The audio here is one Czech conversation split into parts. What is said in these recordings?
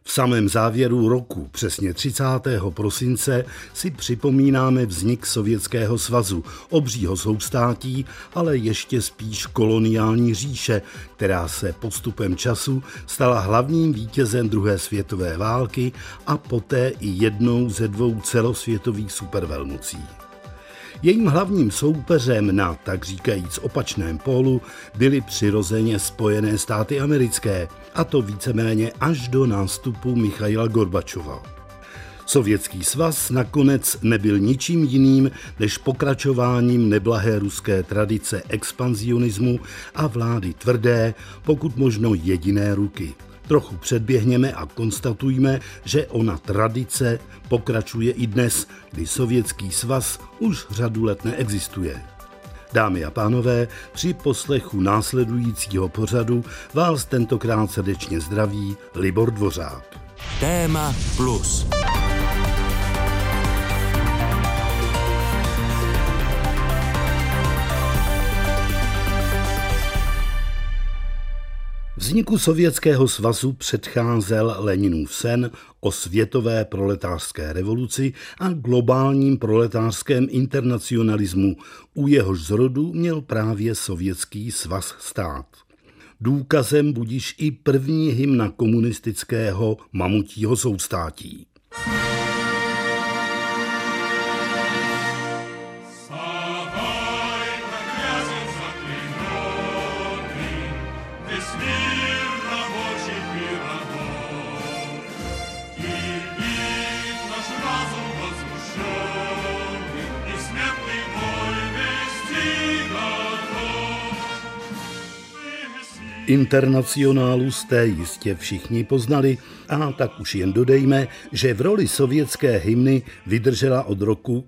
V samém závěru roku, přesně 30. prosince, si připomínáme vznik Sovětského svazu, obřího soustátí, ale ještě spíš koloniální říše, která se postupem času stala hlavním vítězem druhé světové války a poté i jednou ze dvou celosvětových supervelmocí. Jejím hlavním soupeřem na, tak říkajíc, opačném pólu byly přirozeně Spojené státy americké, a to víceméně až do nástupu Michaila Gorbačova. Sovětský svaz nakonec nebyl ničím jiným než pokračováním neblahé ruské tradice expanzionismu a vlády tvrdé, pokud možno jediné ruky. Trochu předběhněme a konstatujme, že ona tradice pokračuje i dnes, kdy Sovětský svaz už řadu let neexistuje. Dámy a pánové, při poslechu následujícího pořadu vás tentokrát srdečně zdraví Libor Dvořák. Téma plus. Vzniku Sovětského svazu předcházel Leninův sen o světové proletářské revoluci a globálním proletářském internacionalismu, u jehož zrodu měl právě Sovětský svaz stát. Důkazem budiž i první hymna komunistického mamutího soustátí. Internacionálu jste jistě všichni poznali, a tak už jen dodejme, že v roli sovětské hymny vydržela od roku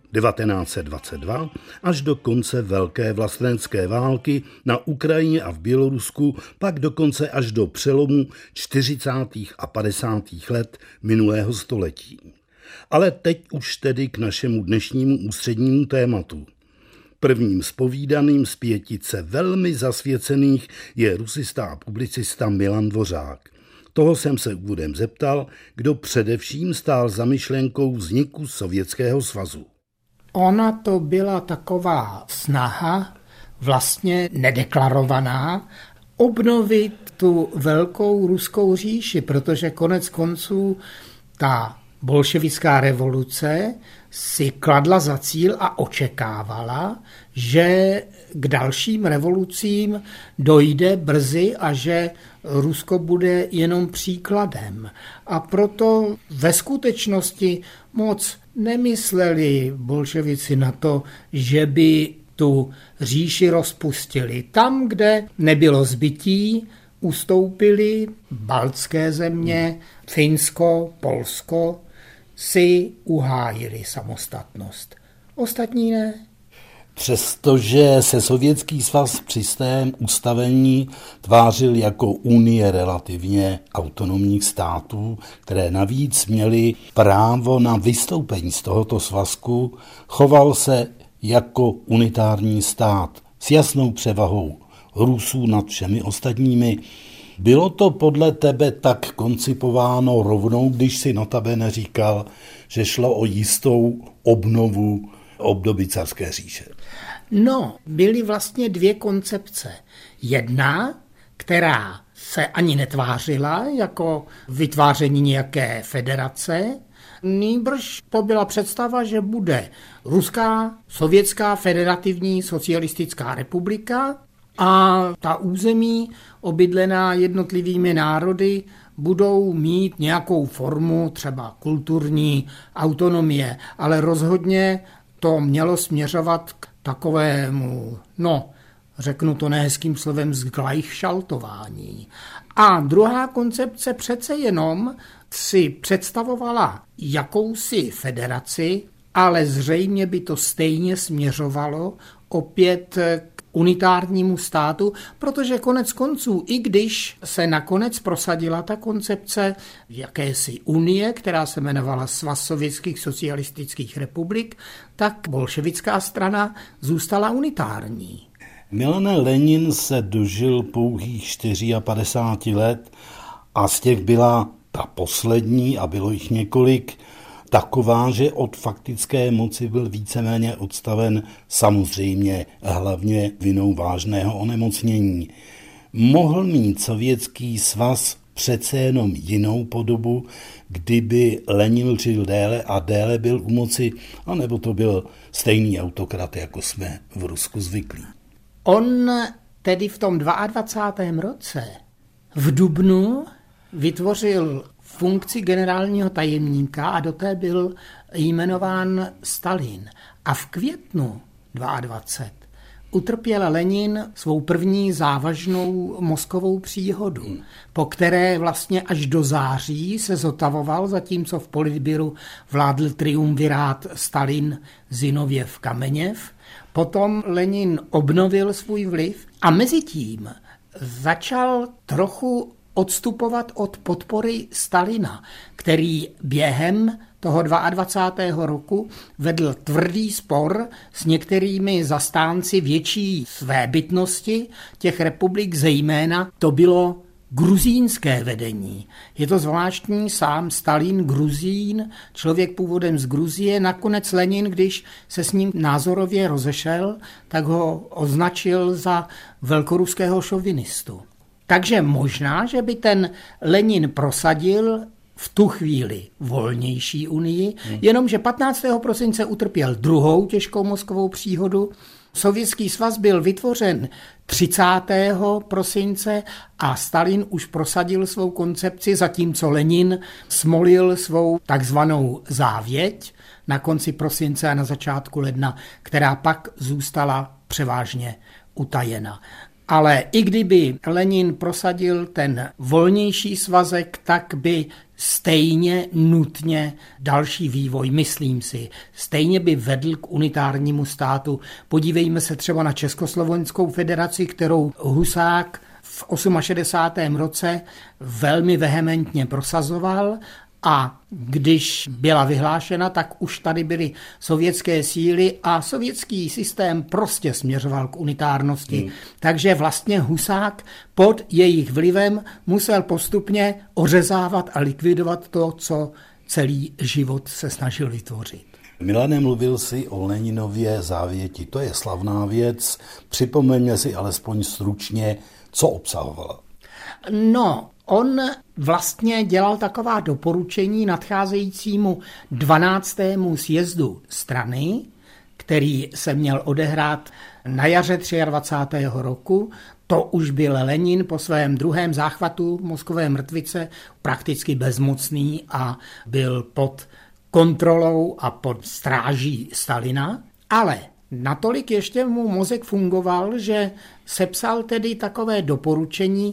1922 až do konce Velké vlastenecké války na Ukrajině a v Bělorusku, pak dokonce až do přelomu 40. a 50. let minulého století. Ale teď už tedy k našemu dnešnímu ústřednímu tématu. Prvním zpovídaným z pětice velmi zasvěcených je rusista a publicista Milan Dvořák. Toho jsem se úvodem zeptal, kdo především stál za myšlenkou vzniku Sovětského svazu. Ona to byla taková snaha, vlastně nedeklarovaná, obnovit tu velkou ruskou říši, protože konec konců ta bolševická revoluce si kladla za cíl a očekávala, že k dalším revolucím dojde brzy a že Rusko bude jenom příkladem. A proto ve skutečnosti moc nemysleli bolševici na to, že by tu říši rozpustili. Tam, kde nebylo zbytí, ustoupili baltské země, Finsko, Polsko, si uhájili samostatnost. Ostatní ne. Přestože se Sovětský svaz při svém ustavení tvářil jako unie relativně autonomních států, které navíc měly právo na vystoupení z tohoto svazku, choval se jako unitární stát s jasnou převahou Rusů nad všemi ostatními. Bylo to podle tebe tak koncipováno rovnou, když si notabene říkal, že šlo o jistou obnovu období carské říše? No, byly vlastně dvě koncepce. Jedna, která se ani netvářila jako vytváření nějaké federace, nýbrž to byla představa, že bude Ruská sovětská federativní socialistická republika a ta území obydlená jednotlivými národy budou mít nějakou formu třeba kulturní autonomie, ale rozhodně to mělo směřovat k takovému, řeknu to nehezkým slovem, zglajšaltování. A druhá koncepce přece jenom si představovala jakousi federaci, ale zřejmě by to stejně směřovalo opět k unitárnímu státu, protože konec konců, i když se nakonec prosadila ta koncepce jakési unie, která se jmenovala Svaz sovětských socialistických republik, tak bolševická strana zůstala unitární. Milane, Lenin se dožil pouhých 54 let a z těch byla Ta poslední, a bylo jich několik, taková, že od faktické moci byl víceméně odstaven samozřejmě hlavně vinou vážného onemocnění. Mohl mít Sovětský svaz přece jenom jinou podobu, kdyby Lenin žil déle a déle byl u moci, anebo to byl stejný autokrat, jako jsme v Rusku zvyklí. On tedy v tom 22. roce v dubnu vytvořil funkci generálního tajemníka a do té byl jmenován Stalin. A v květnu 22 utrpěl Lenin svou první závažnou mozkovou příhodu, po které vlastně až do září se zotavoval, zatímco v Politbyru vládl triumvirát Stalin, Zinovjev, Kamenev. Potom Lenin obnovil svůj vliv a mezitím začal trochu odstupovat od podpory Stalina, který během toho 22. roku vedl tvrdý spor s některými zastánci větší svébytnosti těch republik, zejména to bylo gruzínské vedení. Je to zvláštní, sám Stalin, Gruzín, člověk původem z Gruzie, nakonec Lenin, když se s ním názorově rozešel, tak ho označil za velkoruského šovinistu. Takže možná, že by ten Lenin prosadil v tu chvíli volnější unii, jenomže 15. prosince utrpěl druhou těžkou mozkovou příhodu. Sovětský svaz byl vytvořen 30. prosince a Stalin už prosadil svou koncepci, zatímco Lenin smolil svou takzvanou závěť na konci prosince a na začátku ledna, která pak zůstala převážně utajena. Ale i kdyby Lenin prosadil ten volnější svazek, tak by stejně nutně další vývoj, myslím si, stejně by vedl k unitárnímu státu. Podívejme se třeba na Československou federaci, kterou Husák v 68. roce velmi vehementně prosazoval. A když byla vyhlášena, tak už tady byly sovětské síly a sovětský systém prostě směřoval k unitárnosti. Takže vlastně Husák pod jejich vlivem musel postupně ořezávat a likvidovat to, co celý život se snažil vytvořit. Milane, mluvil jsi o Leninově závěti. To je slavná věc. Připomeňme si alespoň stručně, co obsahovala. No, on vlastně dělal taková doporučení nadcházejícímu 12. sjezdu strany, který se měl odehrát na jaře 23. roku. To už byl Lenin po svém druhém záchvatu mozkové mrtvice prakticky bezmocný a byl pod kontrolou a pod stráží Stalina, ale natolik ještě mu mozek fungoval, že sepsal tedy takové doporučení.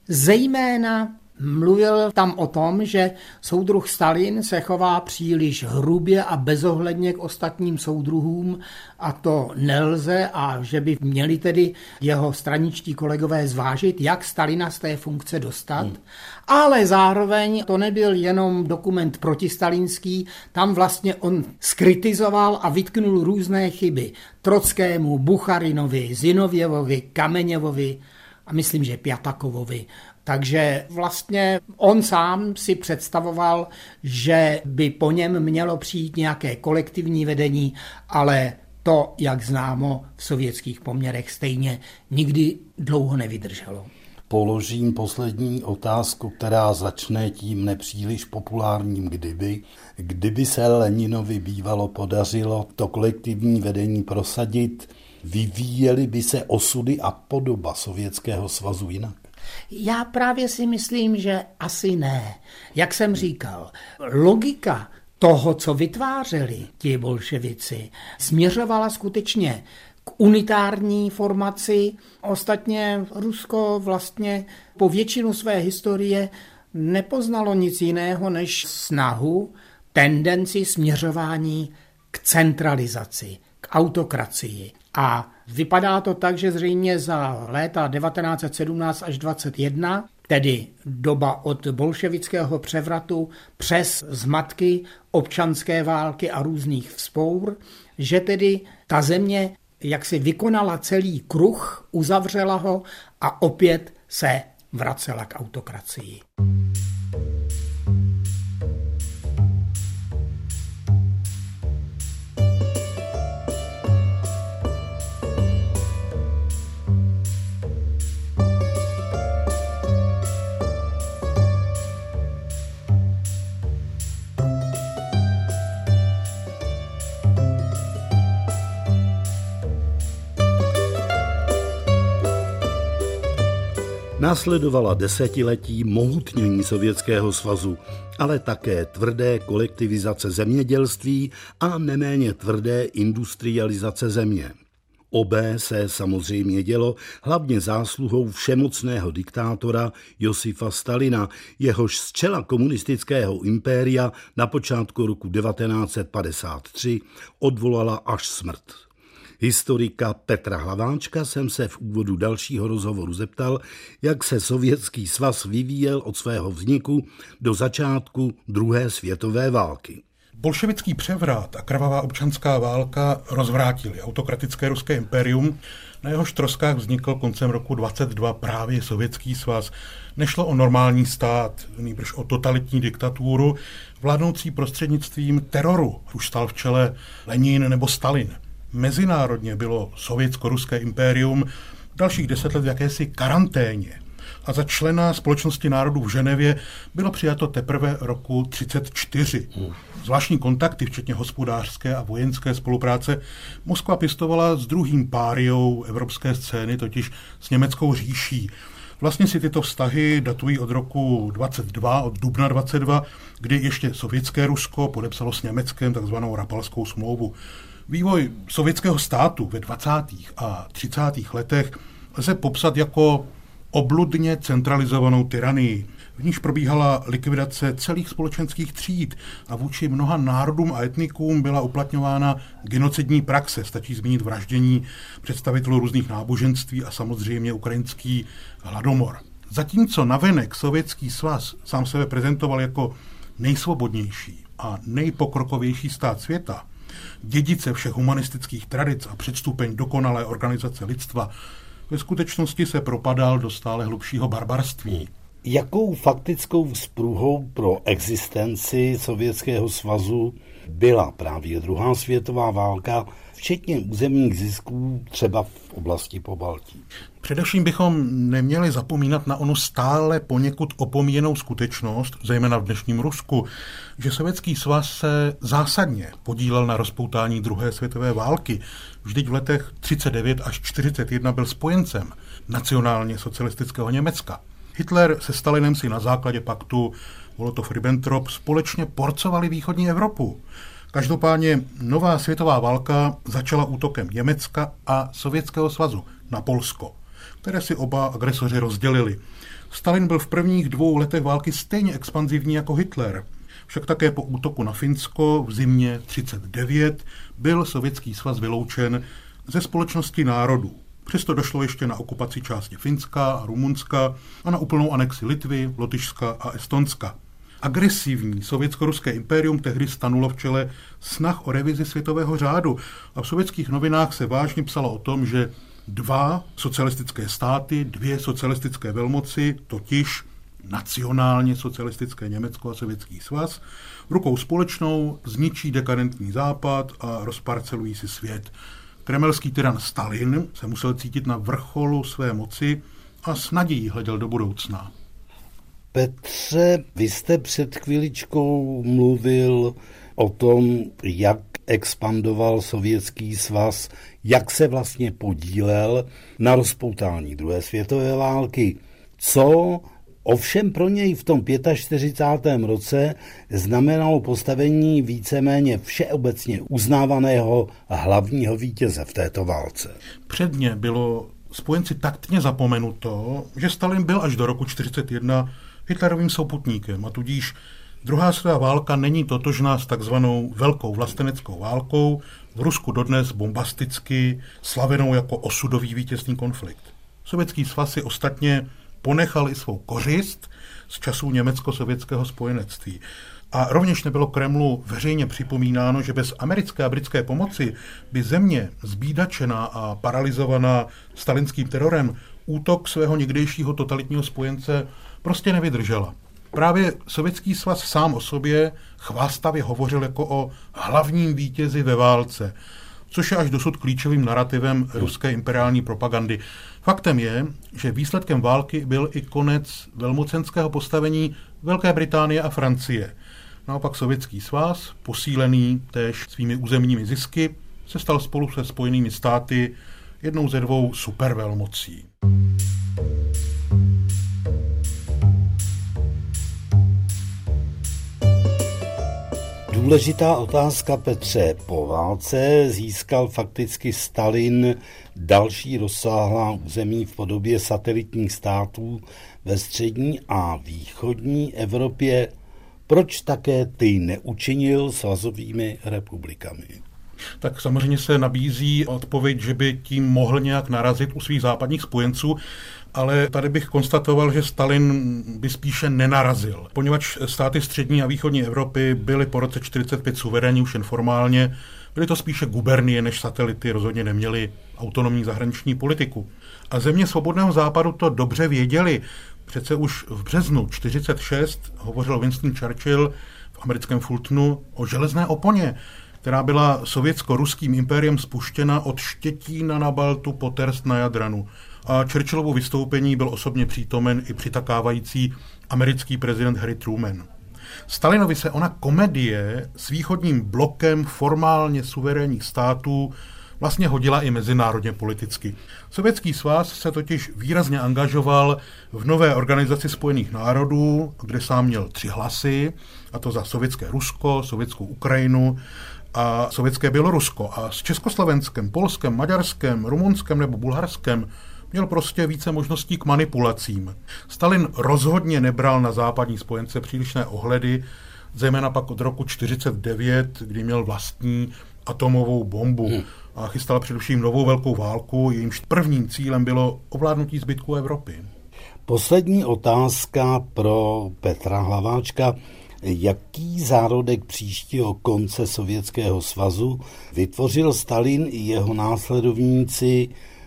Zejména mluvil tam o tom, že soudruh Stalin se chová příliš hrubě a bezohledně k ostatním soudruhům a to nelze a že by měli tedy jeho straničtí kolegové zvážit, jak Stalina z té funkce dostat. Ale zároveň to nebyl jenom dokument protistalinský, tam vlastně on skritizoval a vytknul různé chyby Trockému, Bucharinovi, Zinovjevovi, Kamenevovi a myslím, že Pjatakovovi. Takže vlastně on sám si představoval, že by po něm mělo přijít nějaké kolektivní vedení, ale to, jak známo, v sovětských poměrech stejně nikdy dlouho nevydrželo. Položím poslední otázku, která začne tím nepříliš populárním kdyby. Kdyby se Leninovi bývalo podařilo to kolektivní vedení prosadit, vyvíjely by se osudy a podoba Sovětského svazu jinak? Já právě si myslím, že asi ne. Jak jsem říkal, logika toho, co vytvářeli ti bolševici, směřovala skutečně k unitární formaci. Ostatně Rusko vlastně po většinu své historie nepoznalo nic jiného než snahu, tendenci směřování k centralizaci, k autokracii. A vypadá to tak, že zřejmě za léta 1917 až 1921, tedy doba od bolševického převratu přes zmatky občanské války a různých vzpour, že tedy ta země jaksi vykonala celý kruh, uzavřela ho a opět se vracela k autokracii. Následovala desetiletí mohutnění Sovětského svazu, ale také tvrdé kolektivizace zemědělství a neméně tvrdé industrializace země. Obé se samozřejmě dělo hlavně zásluhou všemocného diktátora Josifa Stalina, jehož z čela komunistického impéria na počátku roku 1953 odvolala až smrt. Historika Petra Hlaváčka jsem se v úvodu dalšího rozhovoru zeptal, jak se Sovětský svaz vyvíjel od svého vzniku do začátku druhé světové války. Bolševický převrat a krvavá občanská válka rozvrátili autokratické ruské impérium, na jehož troskách vznikl koncem roku 1922 právě Sovětský svaz. Nešlo o normální stát, nýbrž o totalitní diktaturu, vládnoucí prostřednictvím teroru. Už stál v čele Lenin nebo Stalin. Mezinárodně bylo sovětsko-ruské impérium dalších 10 let v jakési karanténě. A za člena Společnosti národů v Ženevě bylo přijato teprve roku 1934. Zvláštní kontakty, včetně hospodářské a vojenské spolupráce, Moskva pěstovala s druhým páriou evropské scény, totiž s Německou říší. Vlastně si tyto vztahy datují od roku 22, od dubna 22, kdy ještě sovětské Rusko podepsalo s Německem takzvanou Rapalskou smlouvu. Vývoj sovětského státu ve 20. a 30. letech lze popsat jako obludně centralizovanou tyranii. V níž probíhala likvidace celých společenských tříd a vůči mnoha národům a etnikům byla uplatňována genocidní praxe. Stačí zmínit vraždění představitelů různých náboženství a samozřejmě ukrajinský hladomor. Zatímco navenek Sovětský svaz sám sebe prezentoval jako nejsvobodnější a nejpokrokovější stát světa, dědice všech humanistických tradic a předstupeň dokonalé organizace lidstva, ve skutečnosti se propadal do stále hlubšího barbarství. Jakou faktickou vzpruhou pro existenci Sovětského svazu byla právě druhá světová válka, včetně územních zisků třeba v oblasti Pobaltí? Především bychom neměli zapomínat na onu stále poněkud opomíjenou skutečnost, zejména v dnešním Rusku, že Sovětský svaz se zásadně podílel na rozpoutání druhé světové války. Vždyť v letech 39 až 41 byl spojencem nacionálně socialistického Německa. Hitler se Stalinem si na základě paktu Molotov-Ribbentrop společně porcovali východní Evropu. Každopádně nová světová válka začala útokem Německa a Sovětského svazu na Polsko, které si oba agresoři rozdělili. Stalin byl v prvních 2 letech války stejně expanzivní jako Hitler. Však také po útoku na Finsko v zimě 1939 byl Sovětský svaz vyloučen ze Společnosti národů. Přesto došlo ještě na okupaci části Finska a Rumunska a na úplnou anexi Litvy, Lotyšska a Estonska. Agresivní sovětsko-ruské impérium tehdy stanulo v čele snah o revizi světového řádu a v sovětských novinách se vážně psalo o tom, že 2 socialistické státy, 2 socialistické velmoci, totiž nacionálně socialistické Německo a Sovětský svaz, rukou společnou zničí dekadentní západ a rozparcelují si svět. Kremelský tyran Stalin se musel cítit na vrcholu své moci a s nadějí hleděl do budoucna. Petře, vy jste před chviličkou mluvil o tom, jak expandoval Sovětský svaz, jak se vlastně podílel na rozpoutání druhé světové války. Co ovšem pro něj v tom 45. roce znamenalo postavení víceméně všeobecně uznávaného hlavního vítěze v této válce? Předně bylo spojenci taktně zapomenuto, že Stalin byl až do roku 1941 Hitlerovým souputníkem a tudíž druhá světová válka není totožná s takzvanou velkou vlasteneckou válkou, v Rusku dodnes bombasticky slavenou jako osudový vítězný konflikt. Sovětský svaz si ostatně ponechal i svou kořist z časů německo-sovětského spojenectví. A rovněž nebylo Kremlu veřejně připomínáno, že bez americké a britské pomoci by země zbídačená a paralizovaná stalinským terorem útok svého někdejšího totalitního spojence prostě nevydržela. Právě Sovětský svaz sám o sobě chvástavě hovořil jako o hlavním vítězi ve válce, což je až dosud klíčovým narrativem ruské imperiální propagandy. Faktem je, že výsledkem války byl i konec velmocenského postavení Velké Británie a Francie. Naopak Sovětský svaz, posílený též svými územními zisky, se stal spolu se Spojenými státy jednou ze 2 supervelmocí. Důležitá otázka, Petře. Po válce získal fakticky Stalin další rozsáhlá území v podobě satelitních států ve střední a východní Evropě. Proč také ty neučinil svazovými republikami? Tak samozřejmě se nabízí odpověď, že by tím mohl nějak narazit u svých západních spojenců, ale tady bych konstatoval, že Stalin by spíše nenarazil, poněvadž státy střední a východní Evropy byly po roce 1945 suverénní už jen formálně, byly to spíše gubernie než satelity, rozhodně neměly autonomní zahraniční politiku. A země svobodného západu to dobře věděli. Přece už v březnu 1946 hovořil Winston Churchill v americkém Fultonu o železné oponě, která byla sovětsko-ruským impériem spuštěna od Štětína na Baltu po Terst na Jadranu. A Churchillovu vystoupení byl osobně přítomen i přitakávající americký prezident Harry Truman. Stalinovi se ona komedie s východním blokem formálně suverénních států vlastně hodila i mezinárodně politicky. Sovětský svaz se totiž výrazně angažoval v nové organizaci Spojených národů, kde sám měl 3 hlasy, a to za sovětské Rusko, sovětskou Ukrajinu a sovětské Bělorusko. A s Československem, Polskem, Maďarskem, Rumunskem nebo Bulharskem měl prostě více možností k manipulacím. Stalin rozhodně nebral na západní spojence přílišné ohledy, zejména pak od roku 1949, kdy měl vlastní atomovou bombu a chystal především novou velkou válku, jejímž prvním cílem bylo ovládnutí zbytku Evropy. Poslední otázka pro Petra Hlaváčka. Jaký zárodek příštího konce Sovětského svazu vytvořil Stalin i jeho následovníci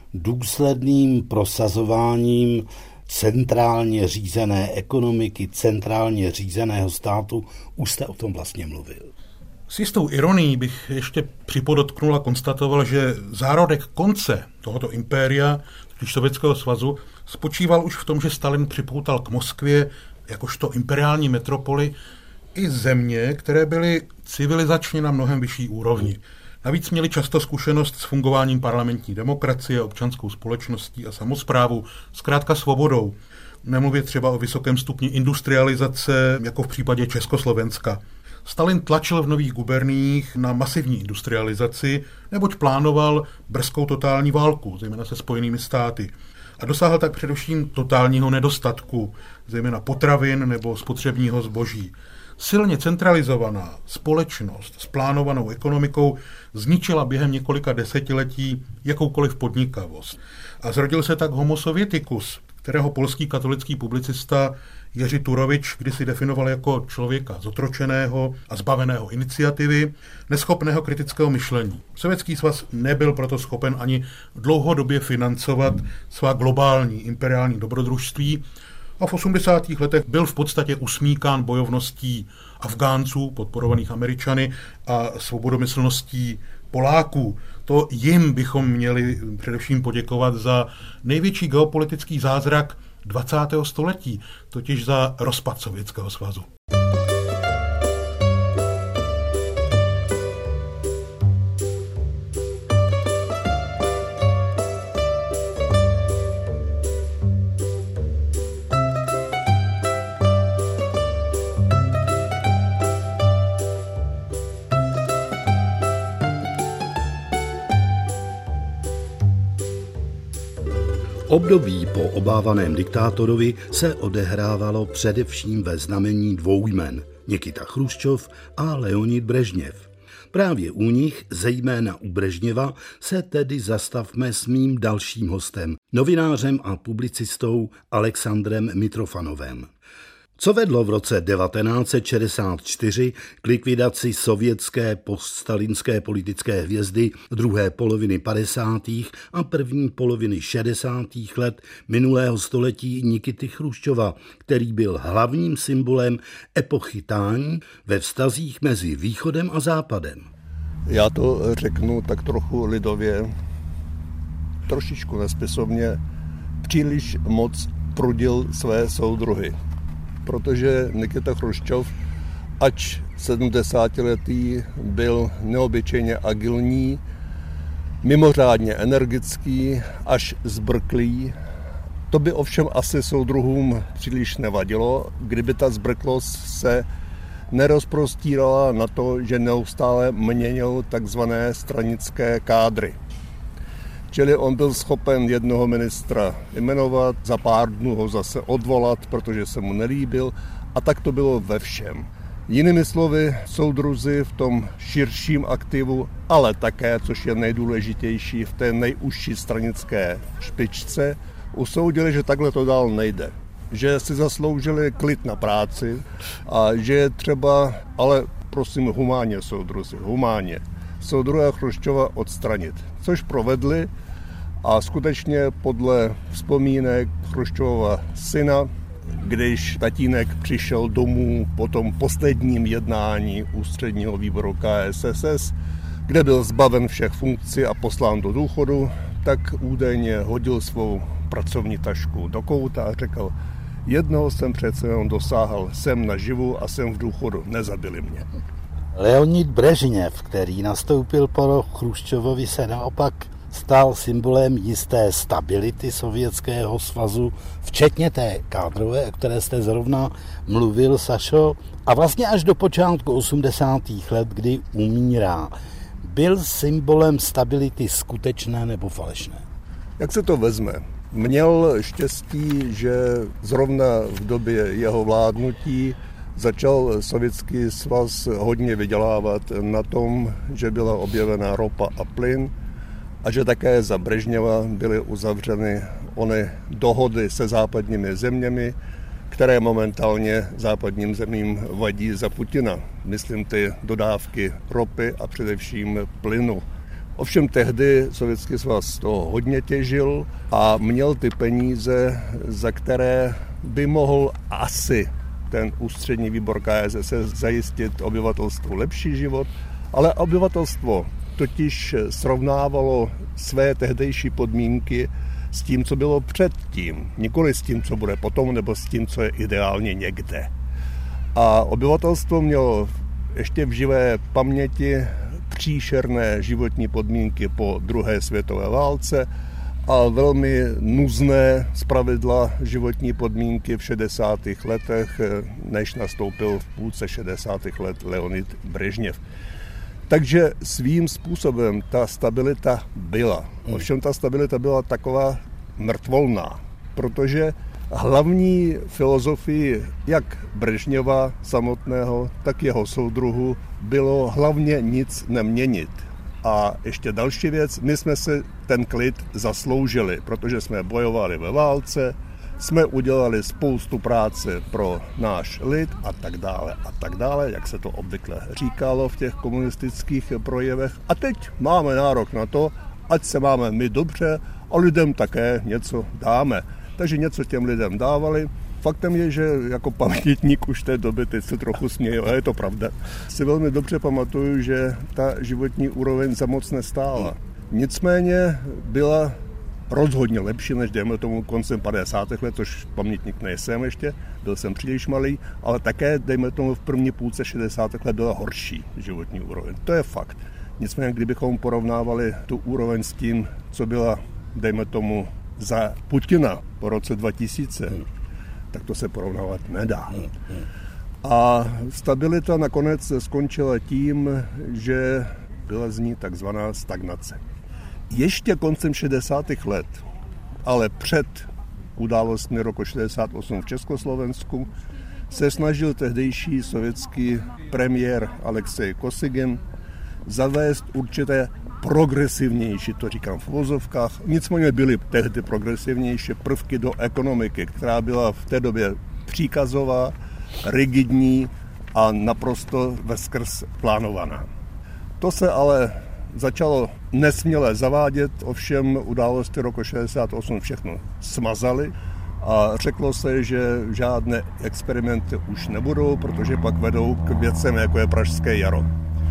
důsledným prosazováním centrálně řízené ekonomiky, centrálně řízeného státu? Už jste o tom vlastně mluvil. S jistou ironií bych ještě připodotknul a konstatoval, že zárodek konce tohoto impéria, totiž Sovětského svazu, spočíval už v tom, že Stalin připoutal k Moskvě jakožto imperiální metropoli i země, které byly civilizačně na mnohem vyšší úrovni. Navíc měli často zkušenost s fungováním parlamentní demokracie, občanskou společností a samosprávou, zkrátka svobodou. Nemluvě třeba o vysokém stupni industrializace, jako v případě Československa. Stalin tlačil v nových guberniích na masivní industrializaci, neboť plánoval brzkou totální válku, zejména se Spojenými státy. A dosáhl tak především totálního nedostatku, zejména potravin nebo spotřebního zboží. Silně centralizovaná společnost s plánovanou ekonomikou zničila během několika desetiletí jakoukoliv podnikavost. A zrodil se tak homo sovieticus, kterého polský katolický publicista Jerzy Turovič kdysi definoval jako člověka zotročeného a zbaveného iniciativy, neschopného kritického myšlení. Sovětský svaz nebyl proto schopen ani dlouhodobě financovat svá globální imperiální dobrodružství a v 80. letech byl v podstatě usmíkán bojovností Afgánců, podporovaných Američany, a svobodomyslností Poláků. To jim bychom měli především poděkovat za největší geopolitický zázrak 20. století, totiž za rozpad Sovětského svazu. Období po obávaném diktátorovi se odehrávalo především ve znamení 2 jmen – Nikita Chruščov a Leonid Brežněv. Právě u nich, zejména u Brežněva, se tedy zastavme s mým dalším hostem, novinářem a publicistou Alexandrem Mitrofanovem. Co vedlo v roce 1964 k likvidaci sovětské poststalinské politické hvězdy druhé poloviny 50. a první poloviny 60. let minulého století Nikity Chruščova, který byl hlavním symbolem epochy tání ve vztazích mezi východem a západem? Já to řeknu tak trochu lidově, trošičku nespisovně, příliš moc prudil své soudruhy. Protože Nikita Chruščov, ač 70letý, byl neobyčejně agilní, mimořádně energický, až zbrklý. To by ovšem asi soudruhům příliš nevadilo, kdyby ta zbrklost se nerozprostírala na to, že neustále měnil takzvané stranické kádry. Čili on byl schopen jednoho ministra jmenovat, za pár dnů ho zase odvolat, protože se mu nelíbil, a tak to bylo ve všem. Jinými slovy, soudruzi v tom širším aktivu, ale také, což je nejdůležitější, v té nejužší stranické špičce, usoudili, že takhle to dál nejde. Že si zasloužili klid na práci a že je třeba, ale prosím humánně soudruzi, humánně, soudruha Chruščova odstranit. Což provedli a skutečně podle vzpomínek Chruščova syna, když tatínek přišel domů po tom posledním jednání ústředního výboru KSSS, kde byl zbaven všech funkcí a poslán do důchodu, tak údajně hodil svou pracovní tašku do kouta a řekl: jednoho jsem přece jenom dosáhl, jsem naživu a jsem v důchodu, nezabili mě. Leonid Brežněv, který nastoupil po Chruščovovi, se naopak stal symbolem jisté stability Sovětského svazu, včetně té kádrové, o které jste zrovna mluvil, Sašo, a vlastně až do počátku 80. let, kdy umírá. Byl symbolem stability skutečné nebo falešné? Jak se to vezme? Měl štěstí, že zrovna v době jeho vládnutí začal Sovětský svaz hodně vydělávat na tom, že byla objevena ropa a plyn a že také za Brežněva byly uzavřeny ony dohody se západními zeměmi, které momentálně západním zemím vadí za Putina. Myslím ty dodávky ropy a především plynu. Ovšem tehdy Sovětský svaz toho hodně těžil a měl ty peníze, za které by mohl asi ten ústřední výbor KSSS zajistit obyvatelstvu lepší život, ale obyvatelstvo totiž srovnávalo své tehdejší podmínky s tím, co bylo předtím, nikoli s tím, co bude potom, nebo s tím, co je ideálně někde. A obyvatelstvo mělo ještě v živé paměti příšerné životní podmínky po druhé světové válce a velmi nuzné zpravidla životní podmínky v 60. letech, než nastoupil v půlce 60. let Leonid Brežněv. Takže svým způsobem ta stabilita byla. Ovšem ta stabilita byla taková mrtvolná, protože hlavní filozofii jak Brežněva samotného, tak jeho soudruhu bylo hlavně nic neměnit. A ještě další věc, my jsme se ten klid zasloužili, protože jsme bojovali ve válce, jsme udělali spoustu práce pro náš lid a tak dále, jak se to obvykle říkalo v těch komunistických projevech. A teď máme nárok na to, ať se máme my dobře a lidem také něco dáme. Takže něco těm lidem dávali. Faktem je, že jako pamětník už té doby, teď se trochu směju, a je to pravda, si velmi dobře pamatuju, že ta životní úroveň za moc nestála. Nicméně byla rozhodně lepší, než dejme tomu koncem 50. let, což pamětník nejsem ještě, byl jsem příliš malý, ale také dejme tomu v první půlce 60. let byla horší životní úroveň. To je fakt. Nicméně, kdybychom porovnávali tu úroveň s tím, co byla, dejme tomu, za Putina po roce 2000, tak to se porovnávat nedá. A stabilita nakonec skončila tím, že byla z ní takzvaná stagnace. Ještě koncem 60. let, ale před událostmi roku 68 v Československu, se snažil tehdejší sovětský premiér Alexej Kosygin zavést určité progresivnější, to říkám v uvozovkách, nicméně byly tehdy progresivnější prvky do ekonomiky, která byla v té době příkazová, rigidní a naprosto veskrz plánovaná. To se ale začalo nesměle zavádět, ovšem události roku 68 všechno smazaly a řeklo se, že žádné experimenty už nebudou, protože pak vedou k věcem, jako je Pražské jaro.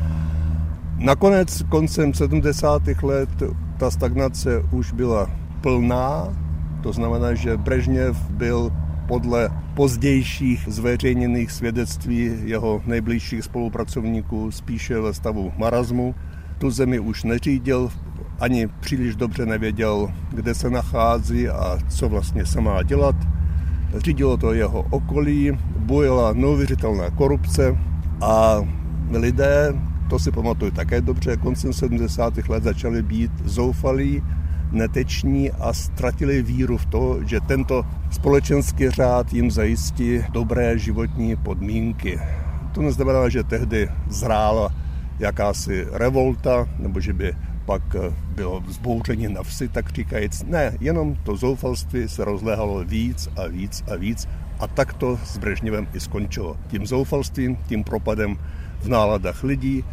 Nakonec koncem 70. let ta stagnace už byla plná, to znamená, že Brežněv byl podle pozdějších zveřejněných svědectví jeho nejbližších spolupracovníků spíše ve stavu marazmu. Tu zemi už neřídil, ani příliš dobře nevěděl, kde se nachází a co vlastně se má dělat. Řídilo to jeho okolí, bujela neuvěřitelná korupce A lidé, to si pamatuju také dobře, koncem 70. let začali být zoufalí, neteční a ztratili víru v to, že tento společenský řád jim zajistí dobré životní podmínky. To neznamená, že tehdy zrála jakási revolta, nebo že by pak bylo vzbouření na vsi, tak říkajíc. Ne, jenom to zoufalství se rozléhalo víc a víc a víc a tak to s Brežněvem i skončilo. Tím zoufalstvím, tím propadem v náladách lidí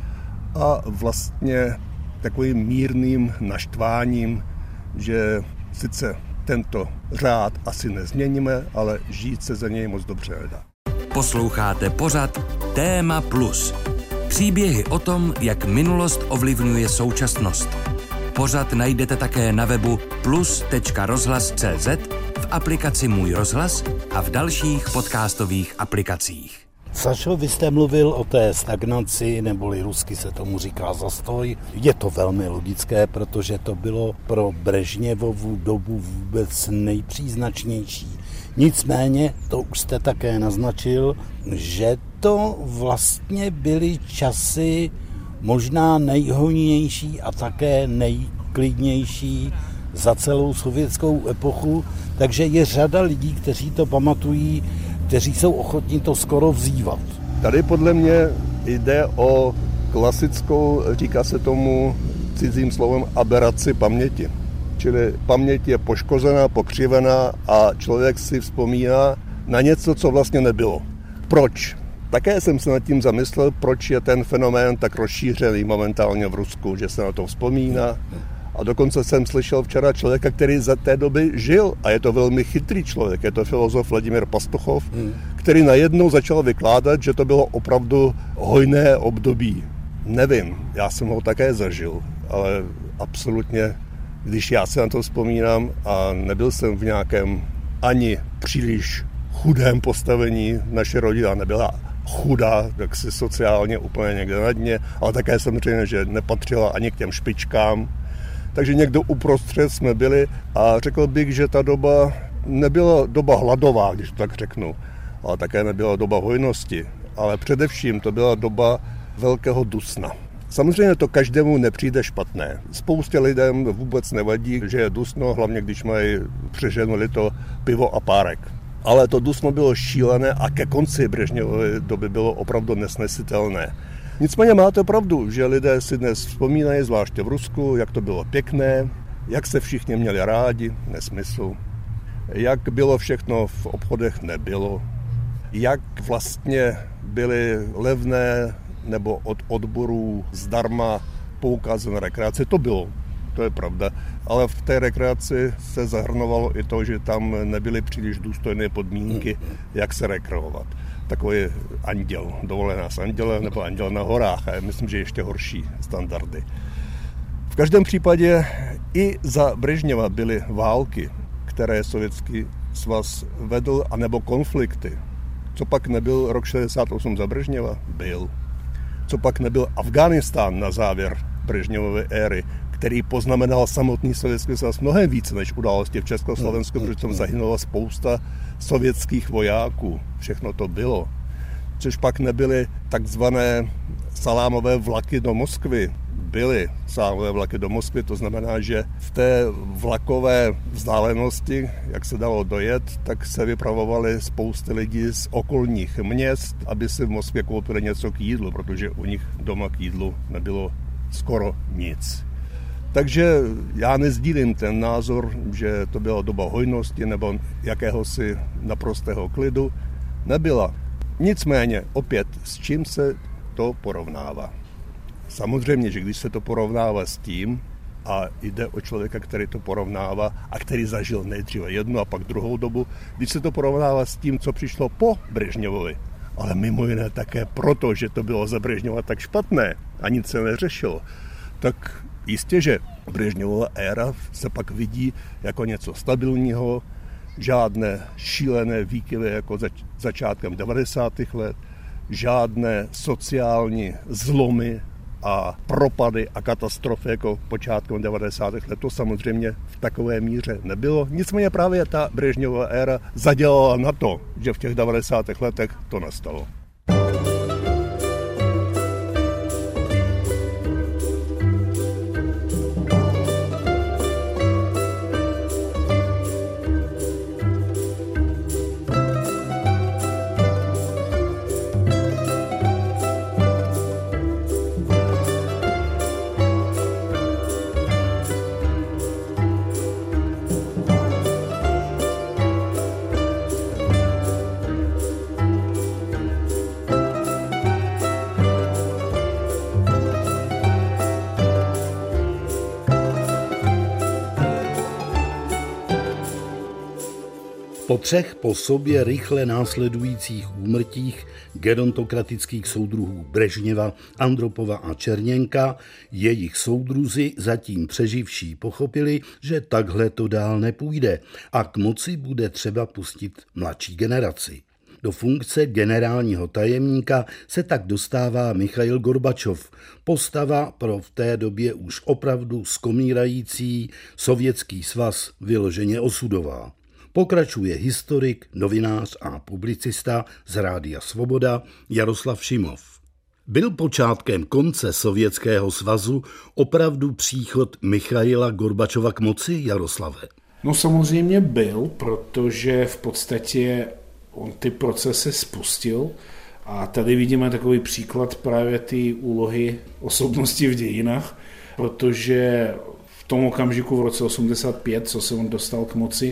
a vlastně takovým mírným naštváním, že sice tento řád asi nezměníme, ale žít se za něj moc dobře nedá. Posloucháte pořad Téma Plus. Příběhy o tom, jak minulost ovlivňuje současnost. Pořad najdete také na webu plus.rozhlas.cz, v aplikaci Můj rozhlas a v dalších podcastových aplikacích. Sašo, vy jste mluvil o té stagnaci, neboli rusky se tomu říká zastoj. Je to velmi logické, protože to bylo pro Brežněvovu dobu vůbec nejpříznačnější. Nicméně, to už jste také naznačil, že to vlastně byly časy možná nejhojnější a také nejklidnější za celou sovětskou epochu, takže je řada lidí, kteří to pamatují, kteří jsou ochotní to skoro vzývat. Tady podle mě jde o klasickou, říká se tomu cizím slovem, aberaci paměti. Čili paměť je poškozená, pokřivená a člověk si vzpomíná na něco, co vlastně nebylo. Proč? Také jsem se nad tím zamyslel, proč je ten fenomén tak rozšířený momentálně v Rusku, že se na to vzpomíná. A dokonce jsem slyšel včera člověka, který za té doby žil. A je to velmi chytrý člověk. Je to filozof Vladimír Pastuchov, který najednou začal vykládat, že to bylo opravdu hojné období. Nevím, já jsem ho také zažil, ale absolutně, když já se na to vzpomínám a nebyl jsem v nějakém ani příliš chudém postavení, naše rodina nebyla chudá, tak si sociálně úplně někde na dně, ale také samozřejmě, že nepatřila ani k těm špičkám. Takže někdo uprostřed jsme byli a řekl bych, že ta doba nebyla doba hladová, když to tak řeknu, ale také nebyla doba hojnosti, ale především to byla doba velkého dusna. Samozřejmě to každému nepřijde špatné. Spoustě lidem vůbec nevadí, že je dusno, hlavně když mají přeženuli to pivo a párek. Ale to dusno bylo šílené a ke konci Brežněvovy doby bylo opravdu nesnesitelné. Nicméně máte pravdu, že lidé si dnes vzpomínají, zvláště v Rusku, jak to bylo pěkné, jak se všichni měli rádi, nesmysl, jak bylo všechno v obchodech nebylo, jak vlastně byly levné nebo od odborů zdarma poukazy na rekreaci. To bylo, to je pravda, ale v té rekreaci se zahrnovalo i to, že tam nebyly příliš důstojné podmínky, jak se rekreovat. Takový anděl, dovolená s andělem nebo anděl na horách a myslím, že ještě horší standardy. V každém případě i za Brežněva byly války, které Sovětský svaz vedl, anebo konflikty. Co pak nebyl rok 68 za Brežněva? Byl. Co pak nebyl Afghánistán na závěr Brežněvové éry, který poznamenal samotný Sovětský svaz mnohem více než události v Československu, protože tam zahynula spousta sovětských vojáků. Všechno to bylo. Což pak nebyly takzvané salámové vlaky do Moskvy. Byly salámové vlaky do Moskvy, to znamená, že v té vlakové vzdálenosti, jak se dalo dojet, tak se vypravovali spousty lidí z okolních měst, aby si v Moskvě koupili něco k jídlu, protože u nich doma k jídlu nebylo skoro nic. Takže já nezdílím ten názor, že to byla doba hojnosti nebo jakéhosi naprostého klidu. Nebyla. Nicméně opět, s čím se to porovnává? Samozřejmě, že když se to porovnává s tím, a jde o člověka, který to porovnává a který zažil nejdříve jednu a pak druhou dobu, když se to porovnává s tím, co přišlo po Brežněvovi, ale mimo jiné také proto, že to bylo za Brežněva tak špatné a nic se neřešilo, tak jistě, že Brežněvova éra se pak vidí jako něco stabilního, žádné šílené výkyvy jako začátkem 90. let, žádné sociální zlomy a propady a katastrofy jako počátkem 90. let. To samozřejmě v takové míře nebylo. Nicméně právě ta Brežněvova éra zadělala na to, že v těch 90. letech to nastalo. Po 3 po sobě rychle následujících úmrtích gerontokratických soudruhů Brežněva, Andropova a Černěnka jejich soudruzi zatím přeživší pochopili, že takhle to dál nepůjde a k moci bude třeba pustit mladší generaci. Do funkce generálního tajemníka se tak dostává Michail Gorbačov, postava pro v té době už opravdu skomírající Sovětský svaz vyloženě osudová. Pokračuje historik, novinář a publicista z Rádia Svoboda Jaroslav Šimov. Byl počátkem konce Sovětského svazu opravdu příchod Michaila Gorbačova k moci, Jaroslave? No samozřejmě byl, protože v podstatě on ty procesy spustil a tady vidíme takový příklad právě ty úlohy osobnosti v dějinách, protože v tom okamžiku v roce 85, co se on dostal k moci,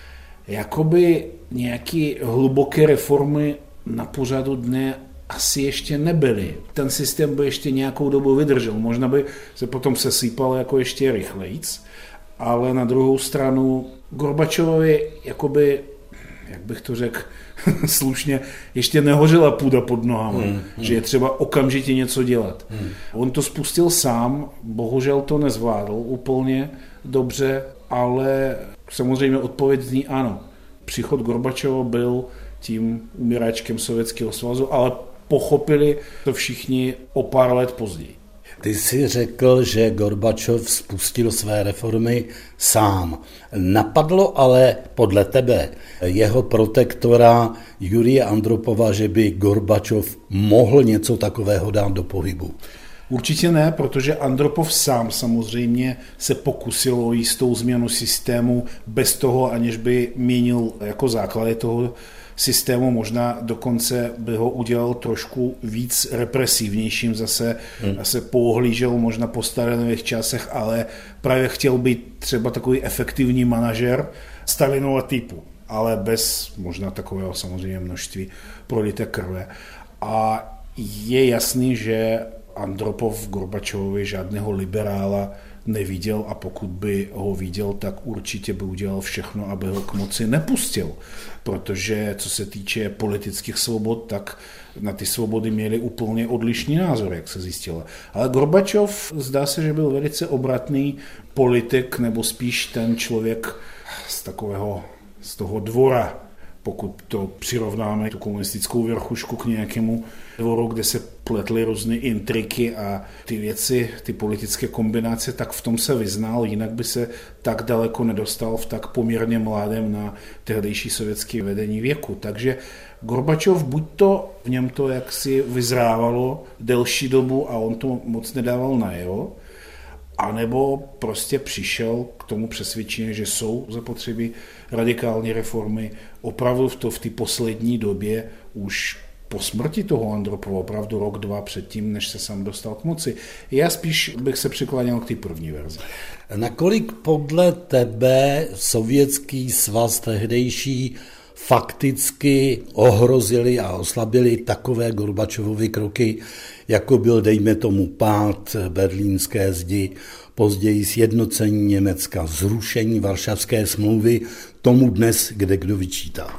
jakoby nějaké hluboké reformy na pořadu dne asi ještě nebyly. Ten systém by ještě nějakou dobu vydržel, možná by se potom sesýpal jako ještě rychlejc, ale na druhou stranu Gorbačovovi jakoby, jak bych to řekl slušně, ještě nehořela půda pod nohama, že je třeba okamžitě něco dělat. On to spustil sám, bohužel to nezvládl úplně dobře, ale samozřejmě odpověď zní ano. Příchod Gorbačova byl tím umíračkem Sovětského svazu, ale pochopili to všichni o pár let později. Ty jsi řekl, že Gorbačov spustil své reformy sám. Napadlo ale podle tebe jeho protektora Jurije Andropova, že by Gorbačov mohl něco takového dát do pohybu? Určitě ne, protože Andropov sám samozřejmě se pokusil o jistou změnu systému bez toho, aniž by měnil jako základy toho systému, možná dokonce by ho udělal trošku víc represivnějším, zase poohlížel možná po stalinových časech, ale právě chtěl být třeba takový efektivní manažer Stalinova typu, ale bez možná takového samozřejmě množství prolité krve. A je jasný, že Andropov v Gorbačovovi žádného liberála neviděl a pokud by ho viděl, tak určitě by udělal všechno, aby ho k moci nepustil. Protože co se týče politických svobod, tak na ty svobody měli úplně odlišný názor, jak se zjistilo. Ale Gorbačov zdá se, že byl velice obratný politik, nebo spíš ten člověk z toho dvora, pokud to přirovnáme tu komunistickou vrchušku k nějakému dvoru, kde se pletly různé intriky a ty věci, ty politické kombinace, tak v tom se vyznal, jinak by se tak daleko nedostal v tak poměrně mladém na tehdejší sovětské vedení věku. Takže Gorbačov buď to v něm to jaksi vyzrávalo delší dobu a on to moc nedával najevo, anebo prostě přišel k tomu přesvědčení, že jsou zapotřebí radikální reformy. Opravdu v té poslední době už po smrti toho Andropova, opravdu rok, 2 předtím, než se sám dostal k moci. Já spíš bych se přikláněl k té první verzi. Nakolik podle tebe Sovětský svaz tehdejší fakticky ohrozili a oslabili takové Gorbačovovy kroky, jako byl, dejme tomu, pád berlínské zdi, později sjednocení Německa, zrušení Varšavské smlouvy, tomu dnes kde kdo vyčítá?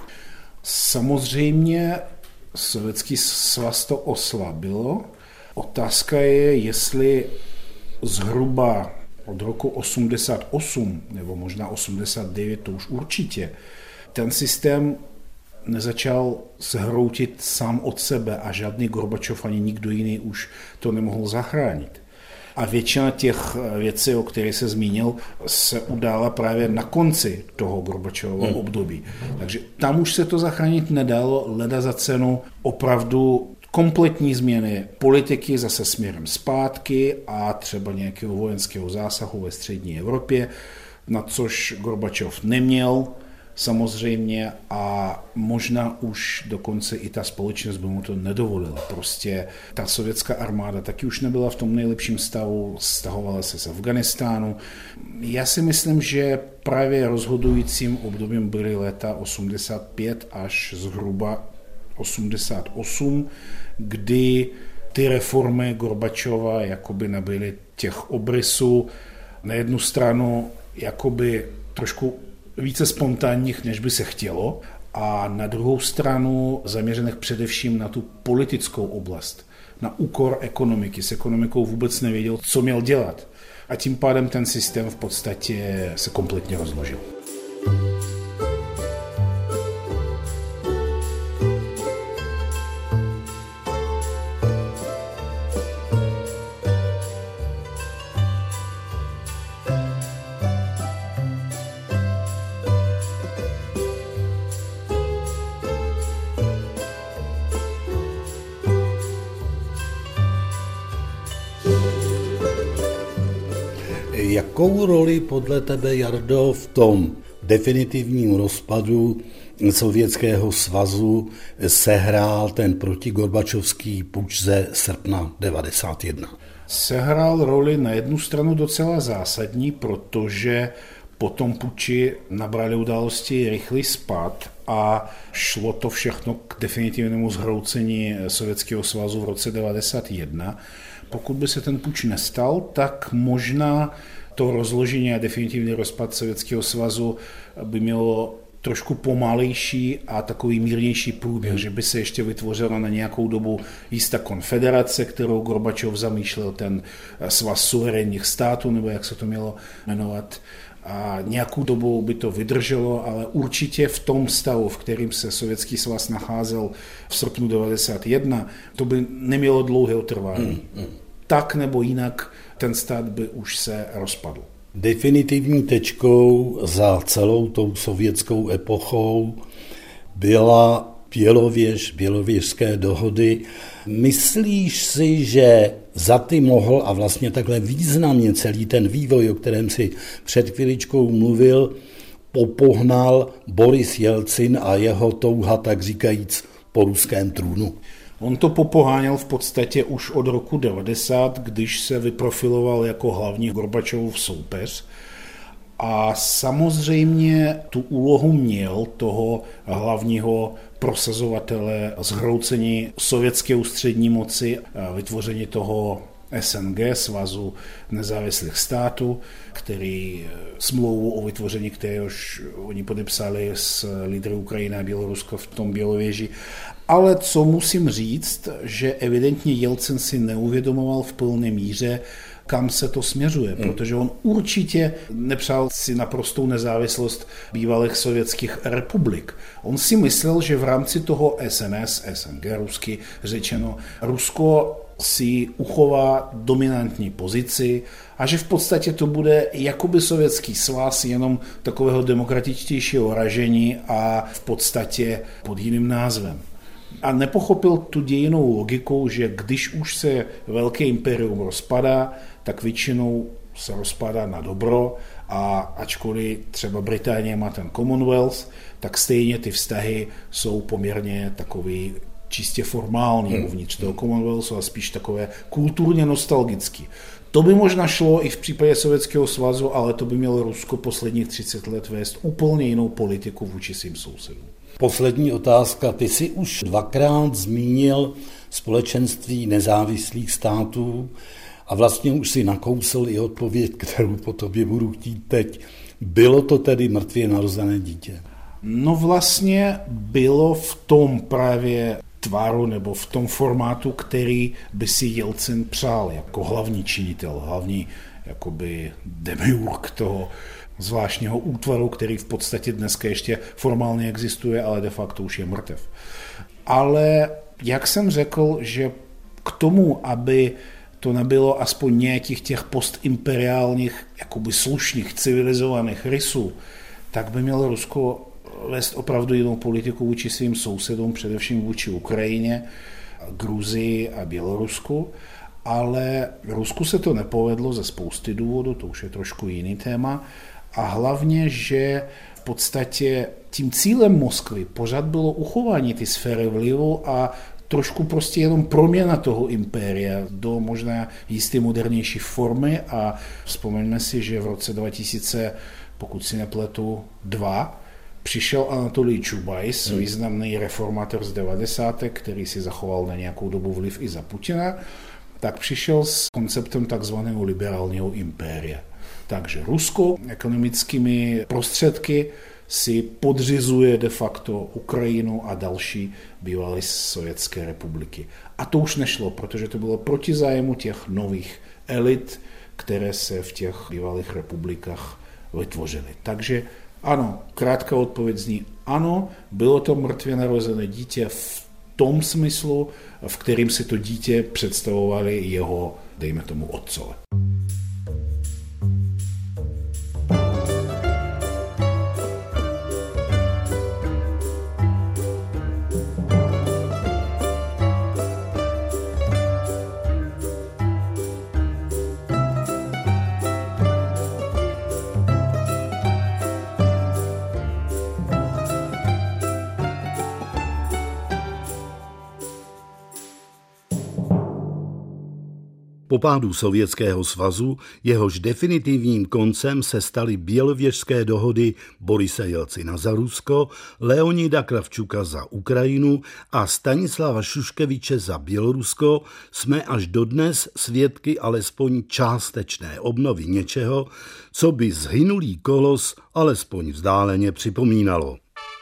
Samozřejmě Sovětský svaz to oslabilo. Otázka je, jestli zhruba od roku 88 nebo možná 89, to už určitě, ten systém nezačal se hroutit sám od sebe a žádný Gorbačov ani nikdo jiný už to nemohl zachránit. A většina těch věcí, o kterých se zmínil, se udála právě na konci toho Gorbačovova období. Takže tam už se to zachránit nedalo, leda za cenu opravdu kompletní změny politiky zase směrem zpátky a třeba nějakého vojenského zásahu ve střední Evropě, na což Gorbačov neměl samozřejmě a možná už dokonce i ta společnost by mu to nedovolila. Prostě ta sovětská armáda taky už nebyla v tom nejlepším stavu, stahovala se z Afghánistánu. Já si myslím, že právě rozhodujícím obdobím byly léta 85 až zhruba 88, kdy ty reformy Gorbačova jakoby nabyly těch obrysů. Na jednu stranu jakoby trošku více spontánních, než by se chtělo, a na druhou stranu zaměřených především na tu politickou oblast, na úkor ekonomiky. S ekonomikou vůbec nevěděl, co měl dělat. A tím pádem ten systém v podstatě se kompletně rozložil. Jakou roli podle tebe, Jardo, v tom definitivním rozpadu Sovětského svazu sehrál ten protigorbačovský puč ze srpna 1991? Sehrál roli na jednu stranu docela zásadní, protože po tom puči nabrali události rychlý spad a šlo to všechno k definitivnímu zhroucení Sovětského svazu v roce 1991. Pokud by se ten puč nestal, tak možná to rozložení a definitivní rozpad Sovětského svazu by mělo trošku pomalejší a takový mírnější průběh, že by se ještě vytvořila na nějakou dobu jistá konfederace, kterou Gorbačov zamýšlel, ten svaz suverénních států, nebo jak se to mělo jmenovat. A nějakou dobu by to vydrželo, ale určitě v tom stavu, v kterým se Sovětský svaz nacházel v srpnu 1991, to by nemělo dlouhé trvání. Tak nebo jinak ten stát by už se rozpadl. Definitivní tečkou za celou tou sovětskou epochou byla Bělověžské dohody. Myslíš si, že za ty mohl a vlastně takhle významně celý ten vývoj, o kterém si před chviličkou mluvil, popohnal Boris Jelcin a jeho touha, tak říkajíc, po ruském trůnu? On to popoháněl v podstatě už od roku 90, když se vyprofiloval jako hlavní Gorbačovův soupeř. A samozřejmě tu úlohu měl toho hlavního prosazovatele zhroucení sovětské ústřední moci, vytvoření toho SNG, Svazu nezávislých států, který smlouvu o vytvoření, kteréhož oni podepsali s lídry Ukrajiny a Běloruska v tom Bělověži. Ale co musím říct, že evidentně Jelcin si neuvědomoval v plné míře, kam se to směřuje, protože on určitě nepřál si naprostou nezávislost bývalých sovětských republik. On si myslel, že v rámci toho SNS, SNG rusky řečeno, Rusko si uchová dominantní pozici a že v podstatě to bude jakoby Sovětský svaz jenom takového demokratičtějšího ražení a v podstatě pod jiným názvem. A nepochopil tu dějinnou logiku, že když už se velké impérium rozpadá, tak většinou se rozpadá na dobro a ačkoliv třeba Británie má ten Commonwealth, tak stejně ty vztahy jsou poměrně takový čistě formální uvnitř toho Commonwealthu a spíš takové kulturně nostalgický. To by možná šlo i v případě Sovětského svazu, ale to by mělo Rusko posledních 30 let vést úplně jinou politiku vůči svým sousedům. Poslední otázka. Ty jsi už dvakrát zmínil Společenství nezávislých států a vlastně už si nakousl i odpověď, kterou po tobě budu chtít teď. Bylo to tedy mrtvě narozené dítě? No vlastně bylo v tom právě tvaru nebo v tom formátu, který by si Jelcin přál jako hlavní činitel, hlavní jakoby demiurg toho zvláštního útvaru, který v podstatě dneska ještě formálně existuje, ale de facto už je mrtev. Ale jak jsem řekl, že k tomu, aby to nebylo aspoň nějakých těch postimperiálních, jakoby slušných, civilizovaných rysů, tak by mělo Rusko vést opravdu jinou politiku vůči svým sousedům, především vůči Ukrajině, Gruzii a Bělorusku. Ale Rusku se to nepovedlo ze spousty důvodů, to už je trošku jiný téma. A hlavně, že v podstatě tím cílem Moskvy pořád bylo uchování ty sféry vlivu a trošku prostě jenom proměna toho impéria do možná jisté modernější formy a vzpomeňme si, že v roce 2000, pokud si nepletu, 2, přišel Anatolij Čubajs, významný reformátor z 90. který si zachoval na nějakou dobu vliv i za Putina, tak přišel s konceptem takzvaného liberálního impéria. Takže Rusko ekonomickými prostředky si podřizuje de facto Ukrajinu a další bývalé sovětské republiky. A to už nešlo, protože to bylo proti zájmu těch nových elit, které se v těch bývalých republikách vytvořily. Takže ano, krátká odpověď zní ano, bylo to mrtvě narozené dítě v tom smyslu, v kterým si to dítě představovali jeho, dejme tomu, otcové. Po pádu Sovětského svazu, jehož definitivním koncem se staly Bělověžské dohody Borise Jelcina za Rusko, Leonida Kravčuka za Ukrajinu a Stanislava Šuškeviče za Bělorusko, jsme až dodnes svědky alespoň částečné obnovy něčeho, co by zhynulý kolos alespoň vzdáleně připomínalo.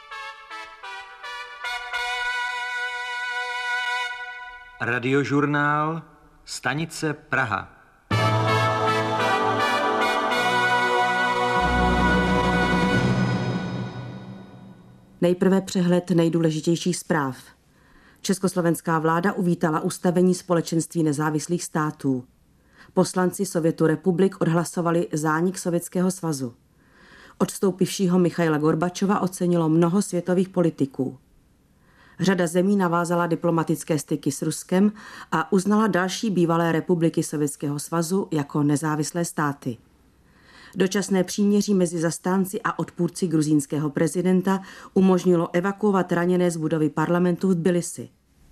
Radiožurnál Stanice Praha. Nejprve přehled nejdůležitějších zpráv. Československá vláda uvítala ustavení Společenství nezávislých států. Poslanci Sovětu republik odhlasovali zánik Sovětského svazu. Odstoupivšího Michaila Gorbačova ocenilo mnoho světových politiků. Řada zemí navázala diplomatické styky s Ruskem a uznala další bývalé republiky Sovětského svazu jako nezávislé státy. Dočasné příměří mezi zastánci a odpůrci gruzínského prezidenta umožnilo evakuovat raněné z budovy parlamentu v Tbilisi.